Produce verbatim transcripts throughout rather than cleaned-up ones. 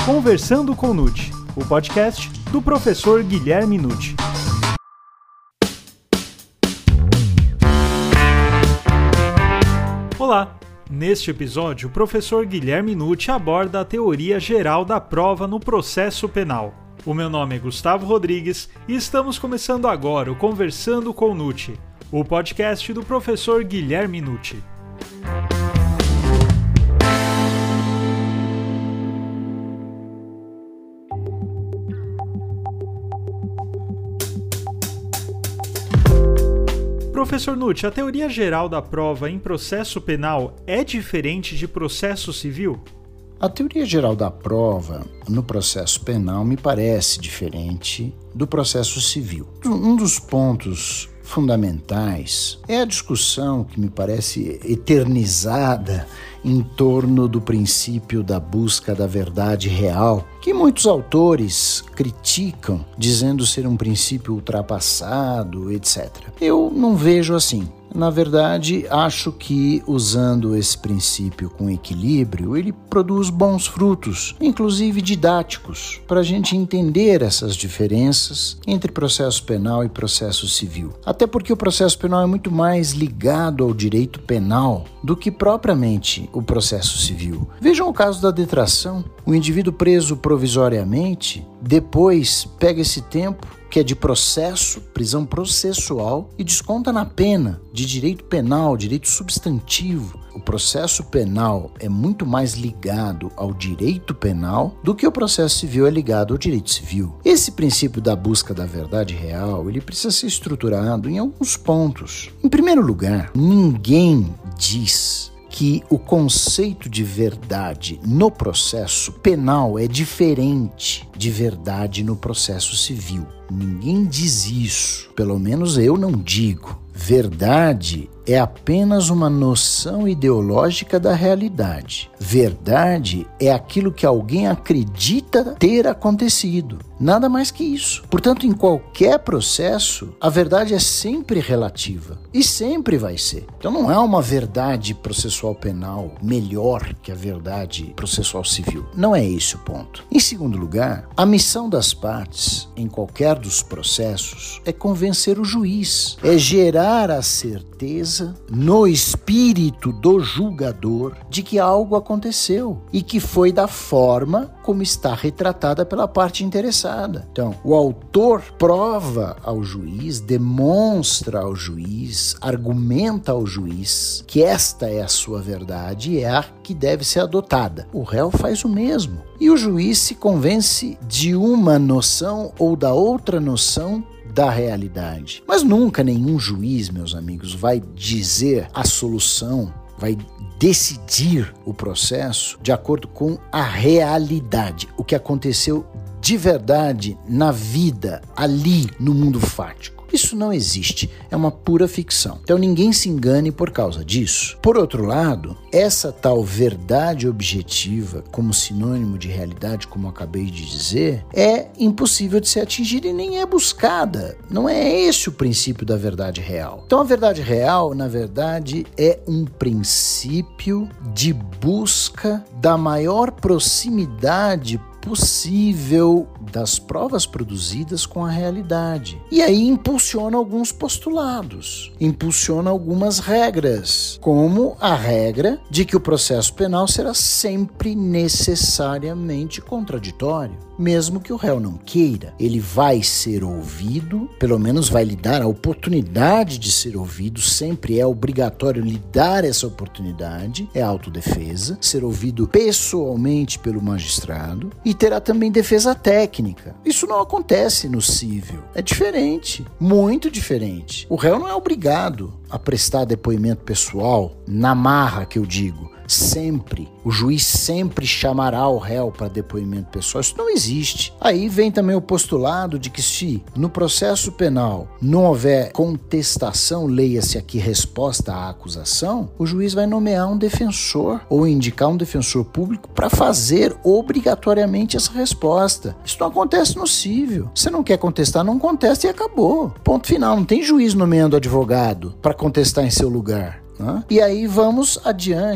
Conversando com Nucci, o podcast do professor Guilherme Nucci. Olá! Neste episódio, o professor Guilherme Nucci aborda a teoria geral da prova no processo penal. O meu nome é Gustavo Rodrigues e estamos começando agora o Conversando com Nucci, o podcast do professor Guilherme Nucci. Professor Nucci, a teoria geral da prova em processo penal é diferente de processo civil? A teoria geral da prova no processo penal me parece diferente do processo civil. Um dos pontos fundamentais é a discussão que me parece eternizada em torno do princípio da busca da verdade real, que muitos autores criticam, dizendo ser um princípio ultrapassado, etcétera. Eu não vejo assim. Na verdade, acho que, usando esse princípio com equilíbrio, ele produz bons frutos, inclusive didáticos, para a gente entender essas diferenças entre processo penal e processo civil. Até porque o processo penal é muito mais ligado ao direito penal do que propriamente o processo civil. Vejam o caso da detração. O indivíduo preso provisoriamente, depois pega esse tempo que é de processo, prisão processual, e desconta na pena de direito penal, direito substantivo. O processo penal é muito mais ligado ao direito penal do que o processo civil é ligado ao direito civil. Esse princípio da busca da verdade real, ele precisa ser estruturado em alguns pontos. Em primeiro lugar, ninguém diz que o conceito de verdade no processo penal é diferente de verdade no processo civil. Ninguém diz isso, pelo menos eu não digo. Verdade é apenas uma noção ideológica da realidade. Verdade é aquilo que alguém acredita ter acontecido. Nada mais que isso. Portanto, em qualquer processo, a verdade é sempre relativa. E sempre vai ser. Então não é uma verdade processual penal melhor que a verdade processual civil. Não é esse o ponto. Em segundo lugar, a missão das partes, em qualquer dos processos, é convencer o juiz. É gerar a certeza no espírito do julgador de que algo aconteceu e que foi da forma como está retratada pela parte interessada. Então, o autor prova ao juiz, demonstra ao juiz, argumenta ao juiz que esta é a sua verdade e é a que deve ser adotada. O réu faz o mesmo. E o juiz se convence de uma noção ou da outra noção da realidade. Mas nunca nenhum juiz, meus amigos, vai dizer a solução, vai decidir o processo de acordo com a realidade, o que aconteceu de verdade na vida, ali no mundo fático. Isso não existe, é uma pura ficção. Então ninguém se engane por causa disso. Por outro lado, essa tal verdade objetiva, como sinônimo de realidade, como eu acabei de dizer, é impossível de ser atingida e nem é buscada. Não é esse o princípio da verdade real. Então a verdade real, na verdade, é um princípio de busca da maior proximidade possível das provas produzidas com a realidade. E aí impulsiona alguns postulados, impulsiona algumas regras, como a regra de que o processo penal será sempre necessariamente contraditório. Mesmo que o réu não queira, ele vai ser ouvido, pelo menos vai lhe dar a oportunidade de ser ouvido, sempre é obrigatório lhe dar essa oportunidade, é autodefesa, ser ouvido pessoalmente pelo magistrado, e terá também defesa técnica. Isso não acontece no cível, é diferente, muito diferente. O réu não é obrigado a prestar depoimento pessoal, na marra que eu digo, sempre. O juiz sempre chamará o réu para depoimento pessoal. Isso não existe. Aí vem também o postulado de que se no processo penal não houver contestação, leia-se aqui resposta à acusação, o juiz vai nomear um defensor ou indicar um defensor público para fazer obrigatoriamente essa resposta. Isso não acontece no cível. Se não quer contestar, não contesta e acabou. Ponto final. Não tem juiz nomeando advogado para contestar em seu lugar. Né? E aí vamos adiante.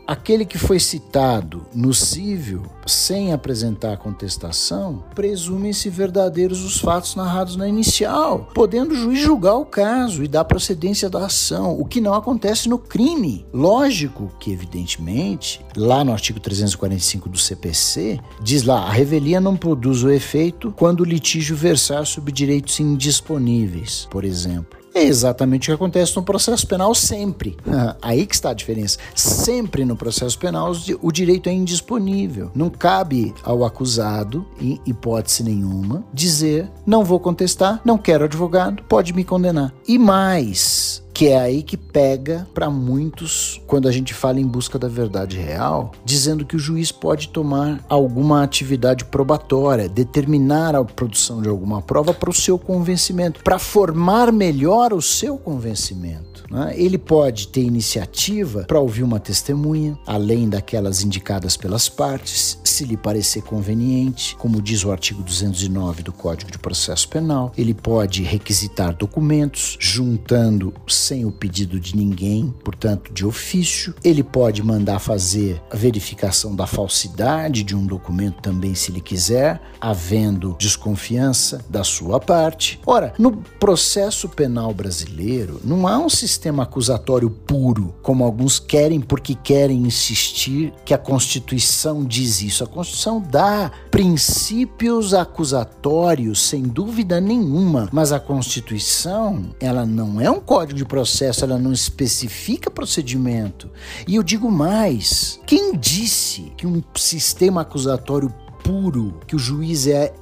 aquele que foi citado no cível, sem apresentar contestação, presume-se verdadeiros os fatos narrados na inicial, podendo o juiz julgar o caso e dar procedência da ação, o que não acontece no crime. Lógico que, evidentemente, lá no artigo trezentos e quarenta e cinco do C P C, diz lá, a revelia não produz o efeito quando o litígio versar sobre direitos indisponíveis, por exemplo. É exatamente o que acontece no processo penal sempre. Aí que está a diferença. Sempre no processo penal o direito é indisponível. Não cabe ao acusado, em hipótese nenhuma, dizer não vou contestar, não quero advogado, pode me condenar. E mais, que é aí que pega para muitos quando a gente fala em busca da verdade real, dizendo que o juiz pode tomar alguma atividade probatória, determinar a produção de alguma prova para o seu convencimento, para formar melhor o seu convencimento. Né? Ele pode ter iniciativa para ouvir uma testemunha, além daquelas indicadas pelas partes, se lhe parecer conveniente, como diz o artigo duzentos e nove do Código de Processo Penal. Ele pode requisitar documentos, juntando sem o pedido de ninguém, portanto de ofício. Ele pode mandar fazer a verificação da falsidade de um documento também, se ele quiser, havendo desconfiança da sua parte. Ora, no processo penal brasileiro, não há um sistema acusatório puro, como alguns querem porque querem insistir que a Constituição diz isso. A Constituição dá princípios acusatórios, sem dúvida nenhuma, mas a Constituição, ela não é um código de processo, ela não especifica procedimento. E eu digo mais, quem disse que um sistema acusatório puro, que o juiz é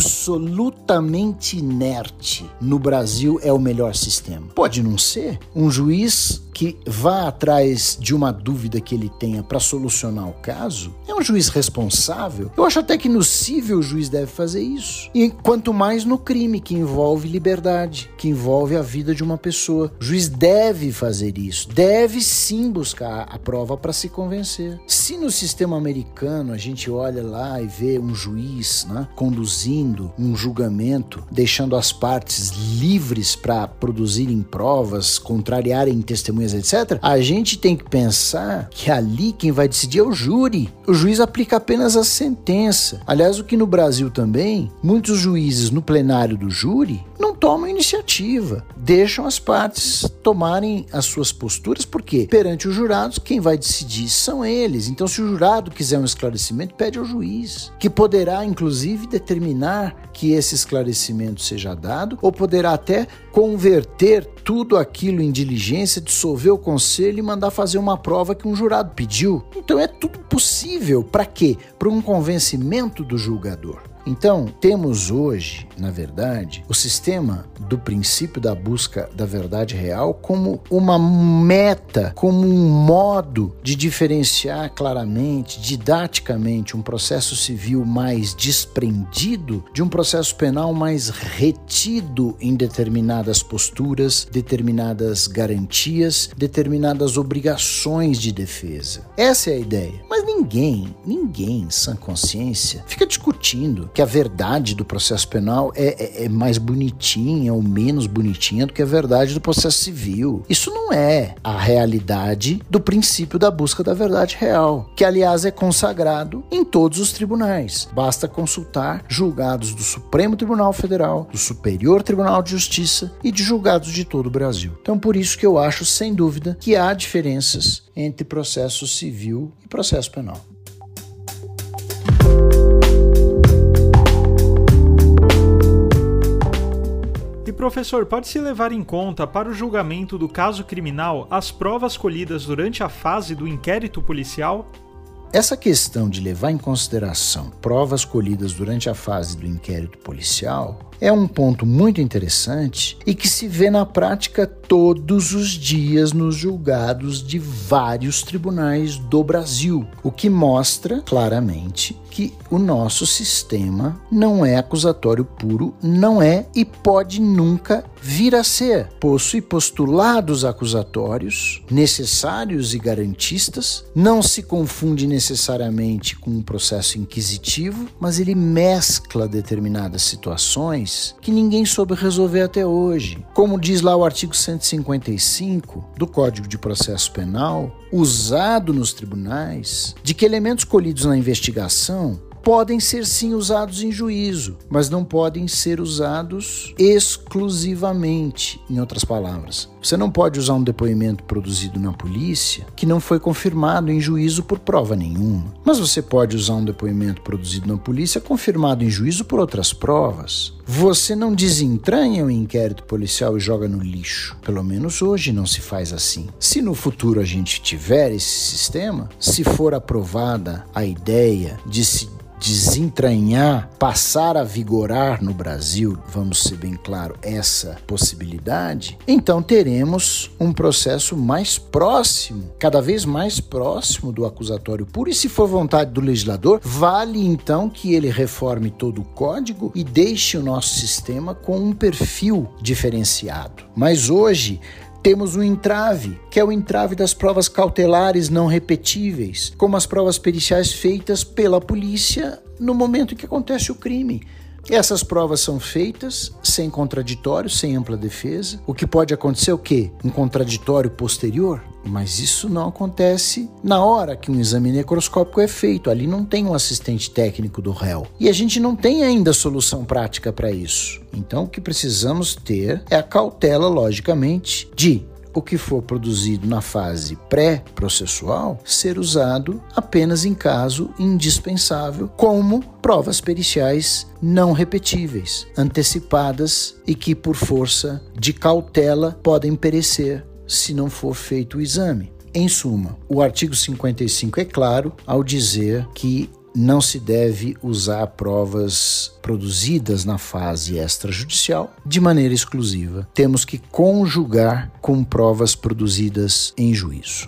absolutamente inerte no Brasil é o melhor sistema? Pode não ser. Um juiz que vá atrás de uma dúvida que ele tenha para solucionar o caso é um juiz responsável. Eu acho até que no cível o juiz deve fazer isso. E quanto mais no crime, que envolve liberdade, que envolve a vida de uma pessoa. O juiz deve fazer isso. Deve sim buscar a prova para se convencer. Se no sistema americano a gente olha lá e vê um juiz, né, conduzindo um julgamento, deixando as partes livres para produzirem provas, contrariarem testemunhas, etcétera, a gente tem que pensar que ali quem vai decidir é o júri. O juiz aplica apenas a sentença. Aliás, o que no Brasil também, muitos juízes no plenário do júri não tomam iniciativa, deixam as partes tomarem as suas posturas, porque perante os jurados quem vai decidir são eles. Então, se o jurado quiser um esclarecimento, pede ao juiz, que poderá inclusive determinar que esse esclarecimento seja dado, ou poderá até converter tudo aquilo em diligência, dissolver o conselho e mandar fazer uma prova que um jurado pediu. Então é tudo possível. Para quê? Para um convencimento do julgador. Então, temos hoje, na verdade, o sistema do princípio da busca da verdade real como uma meta, como um modo de diferenciar claramente, didaticamente, um processo civil mais desprendido de um processo penal mais retido em determinadas posturas, determinadas garantias, determinadas obrigações de defesa. Essa é a ideia. Mas ninguém, ninguém em sã consciência fica discutindo que a verdade do processo penal é, é, é mais bonitinha ou menos bonitinha do que a verdade do processo civil. Isso não é a realidade do princípio da busca da verdade real, que aliás é consagrado em todos os tribunais. Basta consultar julgados do Supremo Tribunal Federal, do Superior Tribunal de Justiça e de julgados de todo o Brasil. Então, por isso que eu acho, sem dúvida, que há diferenças entre processo civil e processo penal. Professor, pode-se levar em conta para o julgamento do caso criminal as provas colhidas durante a fase do inquérito policial? Essa questão de levar em consideração provas colhidas durante a fase do inquérito policial é um ponto muito interessante e que se vê na prática todos os dias nos julgados de vários tribunais do Brasil, o que mostra claramente que o nosso sistema não é acusatório puro, não é e pode nunca vir a ser. Possui postulados acusatórios necessários e garantistas, não se confunde necessariamente com um processo inquisitivo, mas ele mescla determinadas situações questões que ninguém soube resolver até hoje. Como diz lá o artigo cento e cinquenta e cinco do Código de Processo Penal, usado nos tribunais, de que elementos colhidos na investigação podem ser sim usados em juízo, mas não podem ser usados exclusivamente. Em outras palavras, você não pode usar um depoimento produzido na polícia que não foi confirmado em juízo por prova nenhuma. Mas você pode usar um depoimento produzido na polícia confirmado em juízo por outras provas. Você não desentranha o inquérito policial e joga no lixo. Pelo menos hoje não se faz assim. Se no futuro a gente tiver esse sistema, se for aprovada a ideia de se desentranhar, passar a vigorar no Brasil, vamos ser bem claro, essa possibilidade, então teremos um processo mais próximo, cada vez mais próximo do acusatório puro, e se for vontade do legislador, vale então que ele reforme todo o código e deixe o nosso sistema com um perfil diferenciado. Mas hoje temos um entrave, que é o entrave das provas cautelares não repetíveis, como as provas periciais feitas pela polícia no momento em que acontece o crime. Essas provas são feitas sem contraditório, sem ampla defesa. O que pode acontecer é o quê? Um contraditório posterior? Mas isso não acontece na hora que um exame necroscópico é feito. Ali não tem um assistente técnico do réu. E a gente não tem ainda solução prática para isso. Então o que precisamos ter é a cautela, logicamente, de o que for produzido na fase pré-processual ser usado apenas em caso indispensável, como provas periciais não repetíveis, antecipadas e que, por força de cautela, podem perecer se não for feito o exame. Em suma, o artigo cinquenta e cinco é claro ao dizer que não se deve usar provas produzidas na fase extrajudicial de maneira exclusiva. Temos que conjugar com provas produzidas em juízo.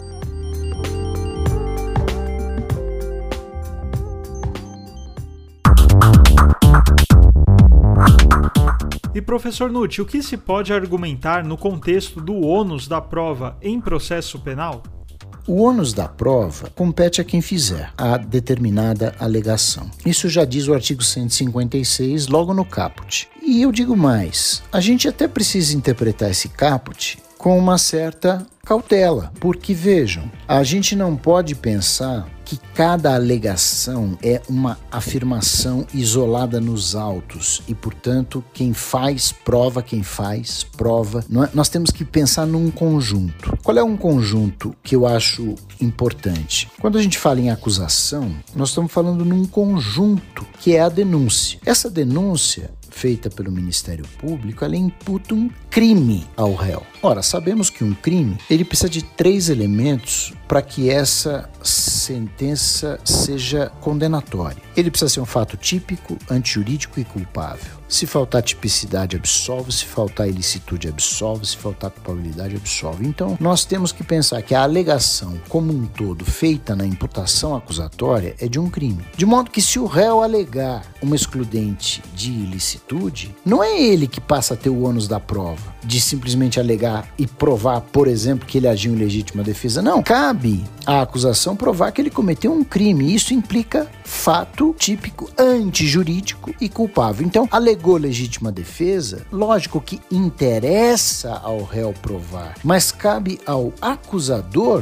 E professor Nutti, o que se pode argumentar no contexto do ônus da prova em processo penal? O ônus da prova compete a quem fizer a determinada alegação. Isso já diz o artigo cento e cinquenta e seis, logo no caput. E eu digo mais, a gente até precisa interpretar esse caput com uma certa cautela, porque vejam, a gente não pode pensar que cada alegação é uma afirmação isolada nos autos e, portanto, quem faz prova, quem faz prova. Não é? Nós temos que pensar num conjunto. Qual é um conjunto que eu acho importante? Quando a gente fala em acusação, nós estamos falando num conjunto que é a denúncia. Essa denúncia feita pelo Ministério Público, ela imputa um crime ao réu. Ora, sabemos que um crime, ele precisa de três elementos para que essa sentença seja condenatória. Ele precisa ser um fato típico, antijurídico e culpável. Se faltar tipicidade, absolve. Se faltar ilicitude, absolve. Se faltar culpabilidade, absolve. Então, nós temos que pensar que a alegação como um todo feita na imputação acusatória é de um crime. De modo que, se o réu alegar uma excludente de ilicitude, não é ele que passa a ter o ônus da prova, de simplesmente alegar e provar, por exemplo, que ele agiu em legítima defesa. Não, cabe à acusação provar que ele cometeu um crime. Isso implica fato típico, antijurídico e culpável. Então, alegou legítima defesa, lógico que interessa ao réu provar, mas cabe ao acusador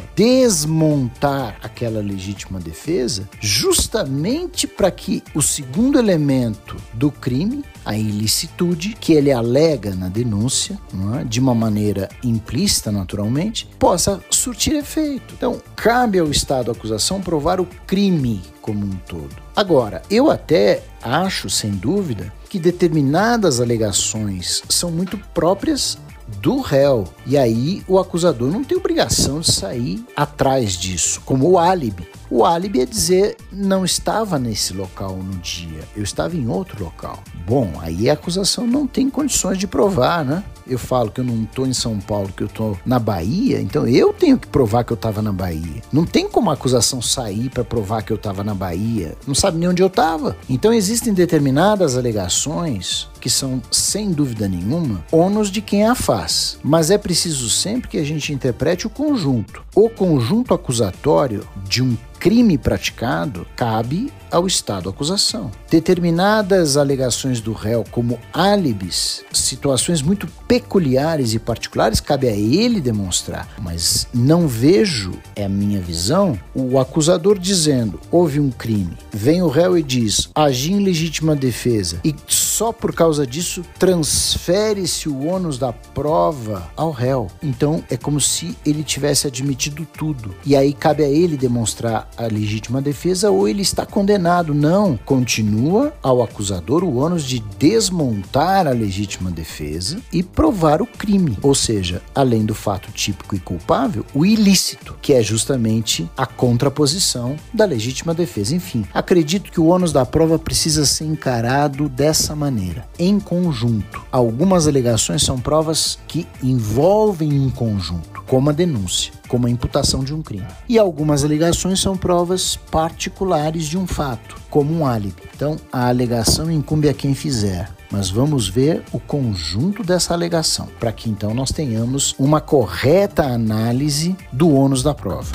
desmontar aquela legítima defesa justamente para que o segundo elemento do crime, a ilicitude, que ele alega na denúncia, não é? De uma maneira implícita, naturalmente, possa surtir efeito. Então, cabe ao Estado a acusação provar o crime como um todo. Agora, eu até acho, sem dúvida, que determinadas alegações são muito próprias do réu, e aí o acusador não tem obrigação de sair atrás disso, como o álibi. O álibi é dizer, não estava nesse local no dia, eu estava em outro local. Bom, aí a acusação não tem condições de provar, né? Eu falo que eu não estou em São Paulo, que eu estou na Bahia, então eu tenho que provar que eu estava na Bahia. Não tem como a acusação sair para provar que eu estava na Bahia, não sabe nem onde eu estava. Então existem determinadas alegações que que são, sem dúvida nenhuma, ônus de quem a faz. Mas é preciso sempre que a gente interprete o conjunto. O conjunto acusatório de um crime praticado cabe ao Estado acusação. Determinadas alegações do réu como álibis, situações muito peculiares e particulares, cabe a ele demonstrar. Mas não vejo, é a minha visão, o acusador dizendo, houve um crime. Vem o réu e diz, agi em legítima defesa. E só por causa disso transfere-se o ônus da prova ao réu. Então é como se ele tivesse admitido tudo. E aí cabe a ele demonstrar a legítima defesa ou ele está condenado. Não, continua ao acusador o ônus de desmontar a legítima defesa e provar o crime. Ou seja, além do fato típico e culpável, o ilícito, que é justamente a contraposição da legítima defesa. Enfim, acredito que o ônus da prova precisa ser encarado dessa maneira, em conjunto. Algumas alegações são provas que envolvem um conjunto, como a denúncia, como a imputação de um crime. E algumas alegações são provas particulares de um fato, como um álibi. Então, a alegação incumbe a quem fizer, mas vamos ver o conjunto dessa alegação, para que então nós tenhamos uma correta análise do ônus da prova.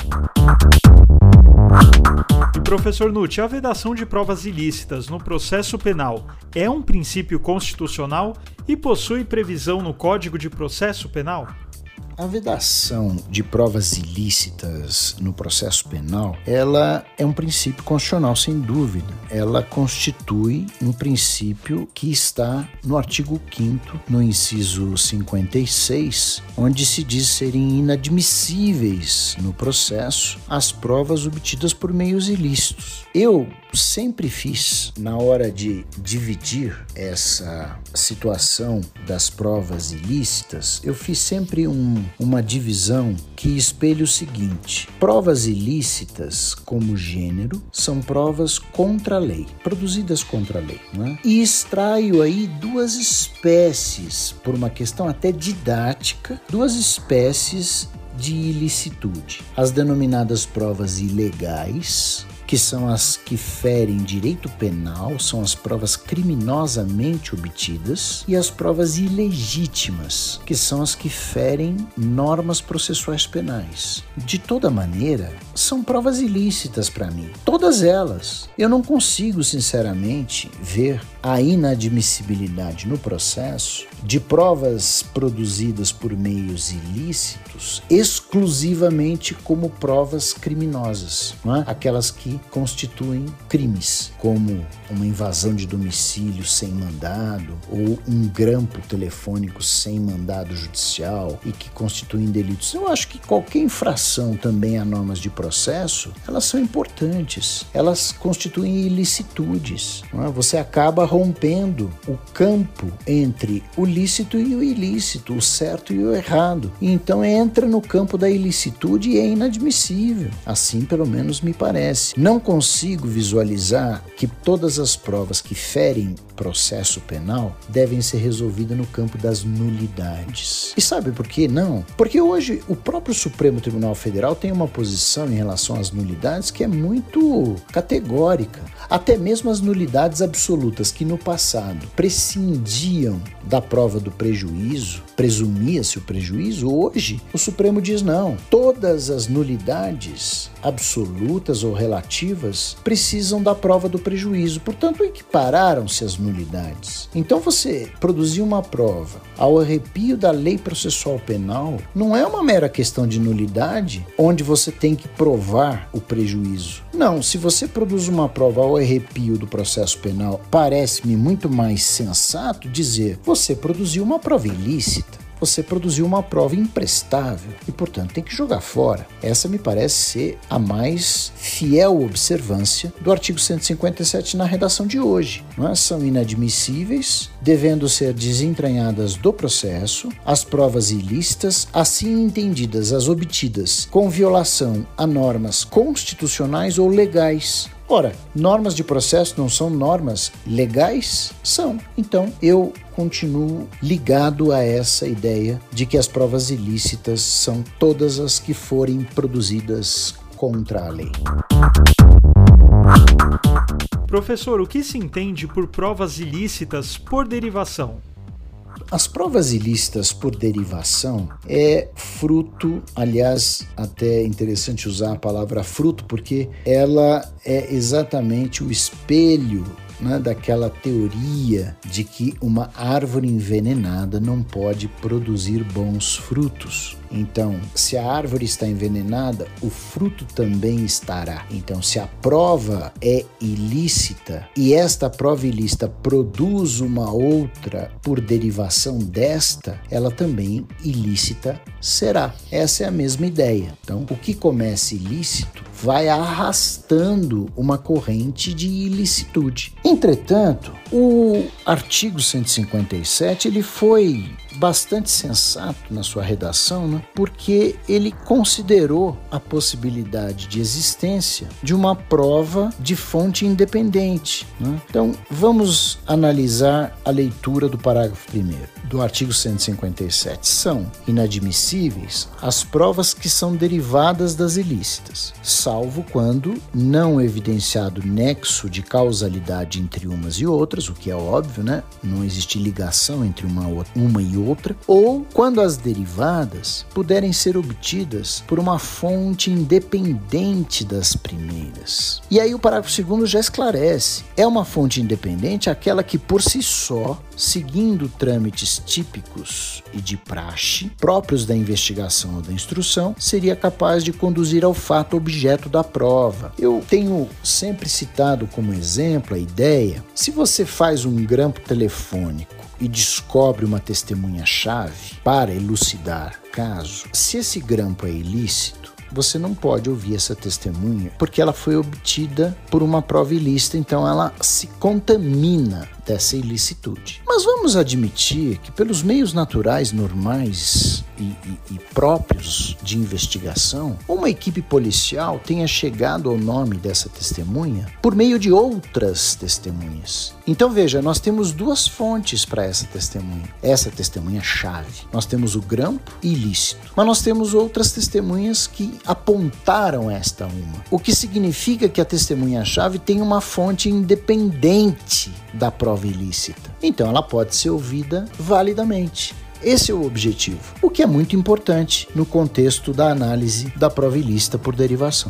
E professor Nutti, a vedação de provas ilícitas no processo penal é um princípio constitucional e possui previsão no Código de Processo Penal? A vedação de provas ilícitas no processo penal, ela é um princípio constitucional, sem dúvida. Ela constitui um princípio que está no artigo quinto, no inciso cinquenta e seis, onde se diz serem inadmissíveis no processo as provas obtidas por meios ilícitos. Eu sempre fiz, na hora de dividir essa situação das provas ilícitas, eu fiz sempre um, uma divisão que espelha o seguinte: provas ilícitas como gênero são provas contra a lei, produzidas contra a lei, né? E extraio aí duas espécies, por uma questão até didática, duas espécies de ilicitude. As denominadas provas ilegais, que são as que ferem direito penal, são as provas criminosamente obtidas, e as provas ilegítimas, que são as que ferem normas processuais penais. De toda maneira, são provas ilícitas para mim, todas elas. Eu não consigo, sinceramente, ver a inadmissibilidade no processo de provas produzidas por meios ilícitos exclusivamente como provas criminosas, não é? Aquelas que constituem crimes, como uma invasão de domicílio sem mandado ou um grampo telefônico sem mandado judicial e que constituem delitos. Eu acho que qualquer infração também a normas de processo, elas são importantes, elas constituem ilicitudes, não é? Você acaba rompendo o campo entre o lícito e o ilícito, o certo e o errado. E então entra no campo da ilicitude e é inadmissível. Assim, pelo menos, me parece. Não consigo visualizar que todas as provas que ferem processo penal devem ser resolvidas no campo das nulidades. E sabe por que não? Porque hoje o próprio Supremo Tribunal Federal tem uma posição em relação às nulidades que é muito categórica. Até mesmo as nulidades absolutas que no passado prescindiam da prova do prejuízo, presumia-se o prejuízo, hoje o Supremo diz não. Todas as nulidades absolutas ou relativas precisam da prova do prejuízo, portanto equipararam-se as nulidades. Então você produzir uma prova ao arrepio da lei processual penal não é uma mera questão de nulidade onde você tem que provar o prejuízo. Não, se você produz uma prova ao arrepio do processo penal, parece-me muito mais sensato dizer você produziu uma prova ilícita. Você produziu uma prova imprestável e, portanto, tem que jogar fora. Essa me parece ser a mais fiel observância do artigo cento e cinquenta e sete na redação de hoje. Não é? São inadmissíveis, devendo ser desentranhadas do processo, as provas ilícitas, assim entendidas as obtidas com violação a normas constitucionais ou legais. Ora, normas de processo não são normas legais? São. Então, eu continuo ligado a essa ideia de que as provas ilícitas são todas as que forem produzidas contra a lei. Professor, o que se entende por provas ilícitas por derivação? As provas ilícitas por derivação é fruto, aliás, até é interessante usar a palavra fruto, porque ela é exatamente o espelho, né, daquela teoria de que uma árvore envenenada não pode produzir bons frutos. Então, se a árvore está envenenada, o fruto também estará. Então, se a prova é ilícita e esta prova ilícita produz uma outra por derivação desta, ela também ilícita será. Essa é a mesma ideia. Então, o que começa ilícito vai arrastando uma corrente de ilicitude. Entretanto, o artigo cento e cinquenta e sete ele foi bastante sensato na sua redação, né? Porque ele considerou a possibilidade de existência de uma prova de fonte independente, né? Então, vamos analisar a leitura do parágrafo primeiro do artigo cento e cinquenta e sete. São inadmissíveis as provas que são derivadas das ilícitas, salvo quando não evidenciado nexo de causalidade entre umas e outras, o que é óbvio, né? Não existe ligação entre uma, uma e outra, ou quando as derivadas puderem ser obtidas por uma fonte independente das primeiras. E aí o parágrafo segundo já esclarece. É uma fonte independente aquela que por si só, seguindo trâmites típicos e de praxe, próprios da investigação ou da instrução, seria capaz de conduzir ao fato objeto da prova. Eu tenho sempre citado como exemplo a ideia, se você faz um grampo telefônico e descobre uma testemunha-chave para elucidar caso, se esse grampo é ilícito, você não pode ouvir essa testemunha porque ela foi obtida por uma prova ilícita, então ela se contamina dessa ilicitude. Mas vamos admitir que pelos meios naturais normais e, e, e próprios de investigação, uma equipe policial tenha chegado ao nome dessa testemunha por meio de outras testemunhas. Então veja, nós temos duas fontes para essa testemunha, essa testemunha-chave. Nós temos o grampo ilícito, mas nós temos outras testemunhas que apontaram esta uma, o que significa que a testemunha-chave tem uma fonte independente da prova ilícita. Então ela pode ser ouvida validamente. Esse é o objetivo, o que é muito importante no contexto da análise da prova ilícita por derivação.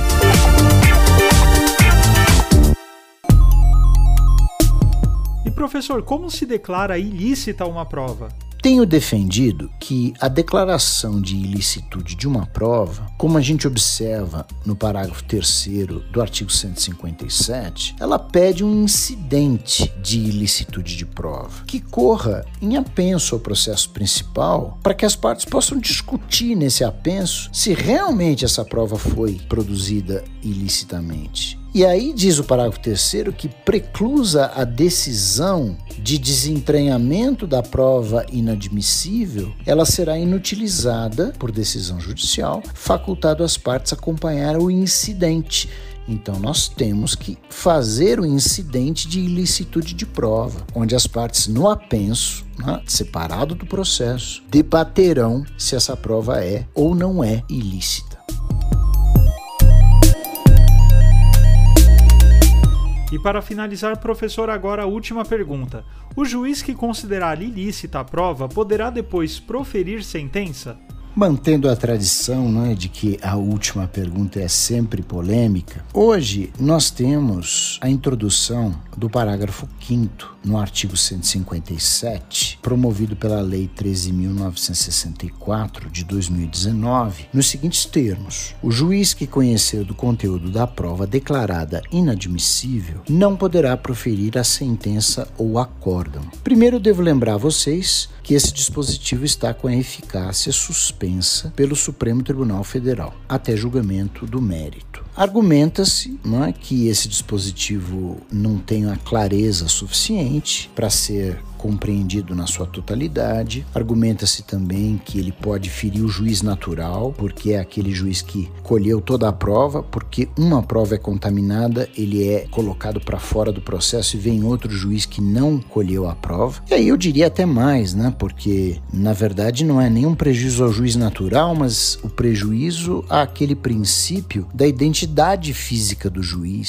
E professor, como se declara ilícita uma prova? Tenho defendido que a declaração de ilicitude de uma prova, como a gente observa no parágrafo terceiro do artigo cento e cinquenta e sete, ela pede um incidente de ilicitude de prova, que corra em apenso ao processo principal, para que as partes possam discutir nesse apenso se realmente essa prova foi produzida ilicitamente. E aí diz o parágrafo terceiro que preclusa a decisão de desentranhamento da prova inadmissível, ela será inutilizada por decisão judicial, facultado às partes acompanhar o incidente. Então nós temos que fazer o incidente de ilicitude de prova, onde as partes no apenso, né, separado do processo, debaterão se essa prova é ou não é ilícita. E para finalizar, professor, agora a última pergunta. O juiz que considerar ilícita a prova poderá depois proferir sentença? Mantendo a tradição, né, de que a última pergunta é sempre polêmica, hoje nós temos a introdução do parágrafo quinto no artigo cento e cinquenta e sete, promovido pela Lei treze mil novecentos e sessenta e quatro de dois mil e dezenove, nos seguintes termos: o juiz que conhecer do conteúdo da prova declarada inadmissível não poderá proferir a sentença ou acórdão. Primeiro devo lembrar a vocês que esse dispositivo está com a eficácia suspensa pelo Supremo Tribunal Federal, até julgamento do mérito. Argumenta-se, não é, que esse dispositivo não tem a clareza suficiente para ser compreendido na sua totalidade. Argumenta-se também que ele pode ferir o juiz natural, porque é aquele juiz que colheu toda a prova, porque uma prova é contaminada, ele é colocado para fora do processo e vem outro juiz que não colheu a prova. E aí eu diria até mais, né? Porque na verdade não é nenhum prejuízo ao juiz natural, mas o prejuízo àquele princípio da identidade física do juiz,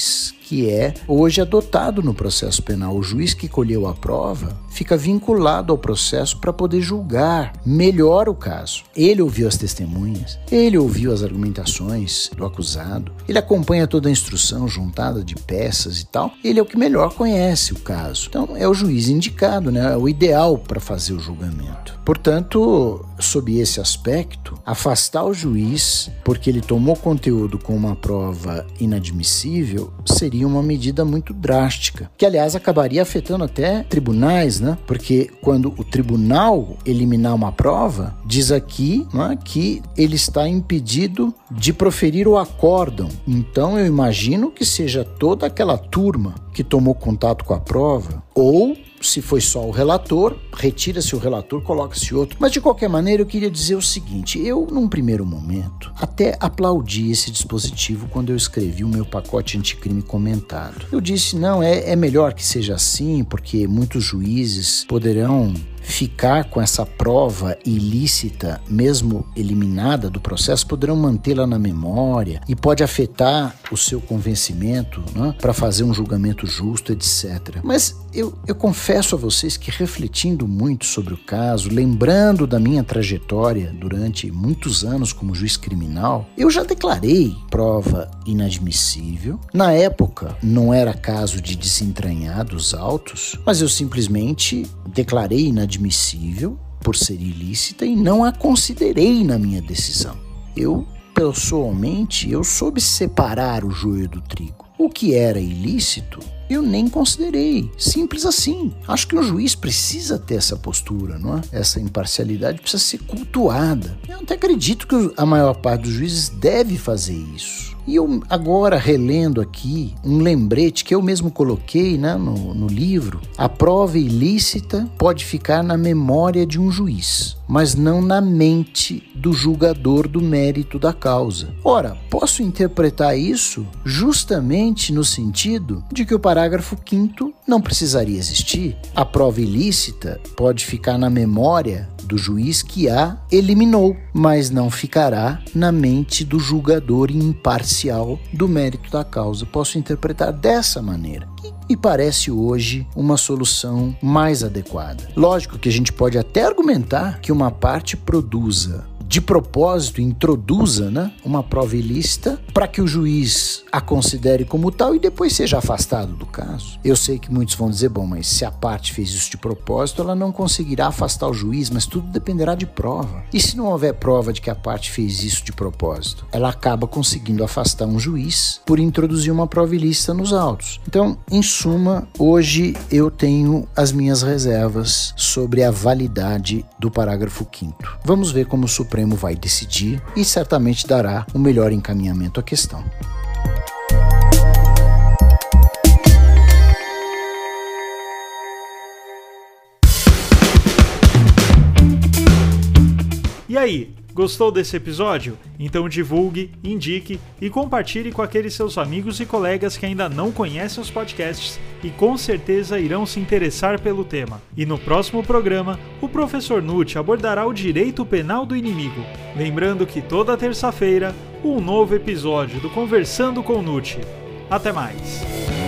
que é hoje adotado no processo penal. O juiz que colheu a prova fica vinculado ao processo para poder julgar melhor o caso. Ele ouviu as testemunhas, ele ouviu as argumentações do acusado, ele acompanha toda a instrução juntada de peças e tal, ele é o que melhor conhece o caso. Então é o juiz indicado, né? É o ideal para fazer o julgamento. Portanto, sob esse aspecto, afastar o juiz porque ele tomou conteúdo com uma prova inadmissível seria uma medida muito drástica, que aliás acabaria afetando até tribunais, né? Porque quando o tribunal eliminar uma prova, diz aqui, né, que ele está impedido de proferir o acórdão. Então eu imagino que seja toda aquela turma que tomou contato com a prova, ou se foi só o relator, retira-se o relator, coloca-se outro. Mas de qualquer maneira eu queria dizer o seguinte: eu num primeiro momento até aplaudi esse dispositivo quando eu escrevi o meu pacote anticrime comentado. Eu disse, não, é, é melhor que seja assim, porque muitos juízes poderão ficar com essa prova ilícita, mesmo eliminada do processo, poderão mantê-la na memória e pode afetar o seu convencimento, né, para fazer um julgamento justo, etcétera. Mas eu, eu confesso a vocês que, refletindo muito sobre o caso, lembrando da minha trajetória durante muitos anos como juiz criminal, eu já declarei prova inadmissível. Na época, não era caso de desentranhar dos autos, mas eu simplesmente declarei inadmissível admissível por ser ilícita e não a considerei na minha decisão. Eu, pessoalmente, eu soube separar o joio do trigo. O que era ilícito, eu nem considerei. Simples assim. Acho que um juiz precisa ter essa postura, não é? Essa imparcialidade precisa ser cultuada. Eu até acredito que a maior parte dos juízes deve fazer isso. E eu agora, relendo aqui, um lembrete que eu mesmo coloquei, né, no, no livro: a prova ilícita pode ficar na memória de um juiz, mas não na mente do julgador do mérito da causa. Ora, posso interpretar isso justamente no sentido de que o parágrafo quinto não precisaria existir. A prova ilícita pode ficar na memória do juiz que a eliminou, mas não ficará na mente do julgador imparcial do mérito da causa. Posso interpretar dessa maneira. E me parece hoje uma solução mais adequada. Lógico que a gente pode até argumentar que uma parte produza de propósito, introduza, né, uma prova ilícita para que o juiz a considere como tal e depois seja afastado do caso. Eu sei que muitos vão dizer, bom, mas se a parte fez isso de propósito, ela não conseguirá afastar o juiz, mas tudo dependerá de prova. E se não houver prova de que a parte fez isso de propósito? Ela acaba conseguindo afastar um juiz por introduzir uma prova ilícita nos autos. Então, em suma, hoje eu tenho as minhas reservas sobre a validade do parágrafo quinto. Vamos ver como o Supremo vai decidir e certamente dará um melhor encaminhamento à questão. E aí, gostou desse episódio? Então divulgue, indique e compartilhe com aqueles seus amigos e colegas que ainda não conhecem os podcasts e com certeza irão se interessar pelo tema. E no próximo programa, o professor Nutti abordará o direito penal do inimigo. Lembrando que toda terça-feira, um novo episódio do Conversando com Nutti. Até mais!